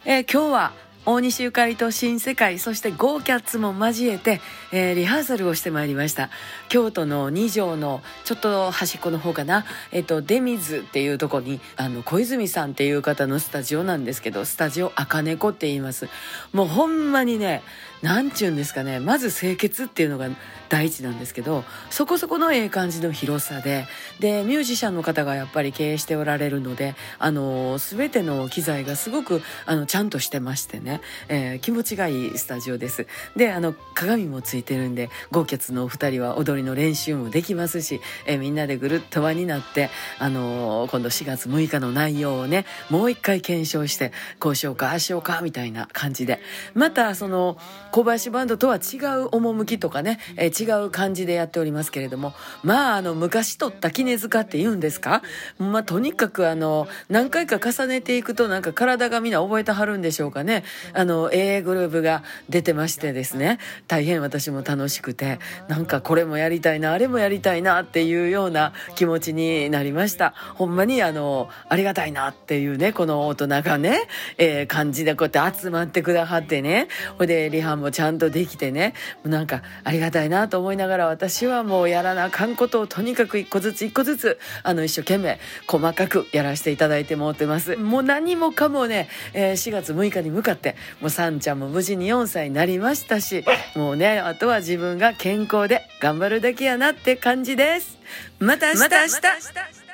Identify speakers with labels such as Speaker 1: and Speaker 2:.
Speaker 1: 今日は大西ゆかりと新世界、そしてゴーキャッツも交えて、リハーサルをしてまいりました。京都の二条のちょっと端っこの方かな、出水っていうとこに小泉さんっていう方のスタジオなんですけど、スタジオ赤猫って言います。もうほんまにね、なんちゅうんですかね、まず清潔っていうのが第一なんですけど、そこそこの感じの広さでミュージシャンの方がやっぱり経営しておられるので、全ての機材がすごくちゃんとしてましてね、気持ちがいいスタジオです。で鏡もついてるんで、ゴーキャッツのお二人は踊りの練習もできますし、みんなでぐるっと輪になって、今度4月6日の内容をね、もう一回検証して、こうしようかああしようかみたいな感じで、またその小林バンドとは違う趣とかね、違う感じでやっておりますけれども、昔撮った杵塚って言うんですか、とにかく何回か重ねていくと、なんか体がみんな覚えてはるんでしょうかね。グルーヴが出てましてですね、大変私も楽しくて、なんかこれもやりたいなあれもやりたいなっていうような気持ちになりました。ほんまにありがたいなっていうね、この大人がね、感じでこうやって集まってくださってね、ほいでリハもちゃんとできてね、なんかありがたいなと思いながら、私はもうやらなあかんことをとにかく一個ずつ一生懸命細かくやらせていただいてもってます。もう何もかもね、4月6日に向かってもうさんちゃんも無事に4歳になりましたし、もうね、あとは自分が健康で頑張るだけやなって感じです。また明日。